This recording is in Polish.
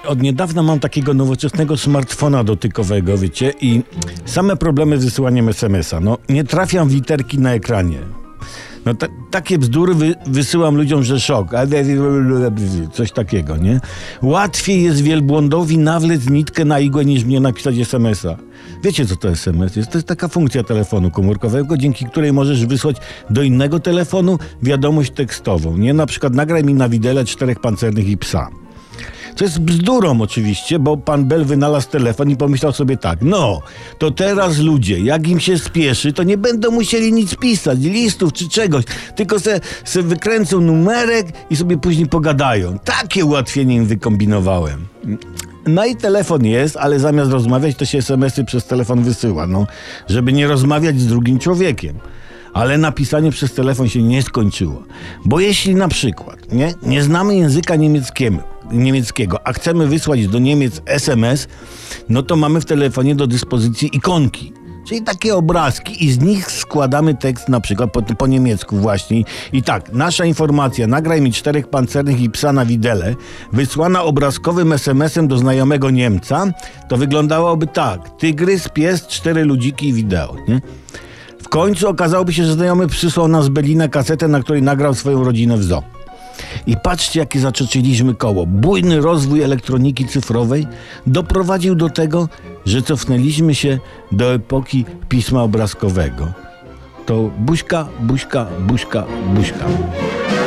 od niedawna mam takiego nowoczesnego smartfona dotykowego, wiecie, i same problemy z wysyłaniem SMS-a. No, nie trafiam w literki na ekranie. No takie bzdury wysyłam ludziom, że szok. Coś takiego, nie? Łatwiej jest wielbłądowi nawlec nitkę na igłę, niż mnie napisać SMS-a. Wiecie, co to SMS jest? To jest taka funkcja telefonu komórkowego, dzięki której możesz wysłać do innego telefonu wiadomość tekstową, nie? Na przykład nagraj mi na widele 4 pancernych i psa. Co jest bzdurą oczywiście, bo pan Bell wynalazł telefon i pomyślał sobie tak: no, to teraz ludzie, jak im się spieszy, to nie będą musieli nic pisać, listów czy czegoś, tylko se wykręcą numerek i sobie później pogadają. Takie ułatwienie im wykombinowałem. No i telefon jest, ale zamiast rozmawiać, to się SMS-y przez telefon wysyła, no, żeby nie rozmawiać z drugim człowiekiem. Ale napisanie przez telefon się nie skończyło. Bo jeśli na przykład nie znamy języka niemieckiego, a chcemy wysłać do Niemiec SMS, no to mamy w telefonie do dyspozycji ikonki, czyli takie obrazki, i z nich składamy tekst na przykład po niemiecku właśnie. I tak, nasza informacja: nagraj mi 4 pancernych i psa na widele, wysłana obrazkowym SMS-em do znajomego Niemca, to wyglądałoby tak: tygrys, pies, 4 ludziki i wideo, nie? W końcu okazałoby się, że znajomy przysłał nam z Berlina kasetę, na której nagrał swoją rodzinę w zoo. I patrzcie, jakie zaczeczyliśmy koło. Bujny rozwój elektroniki cyfrowej doprowadził do tego, że cofnęliśmy się do epoki pisma obrazkowego. To buźka, buźka, buźka, buźka.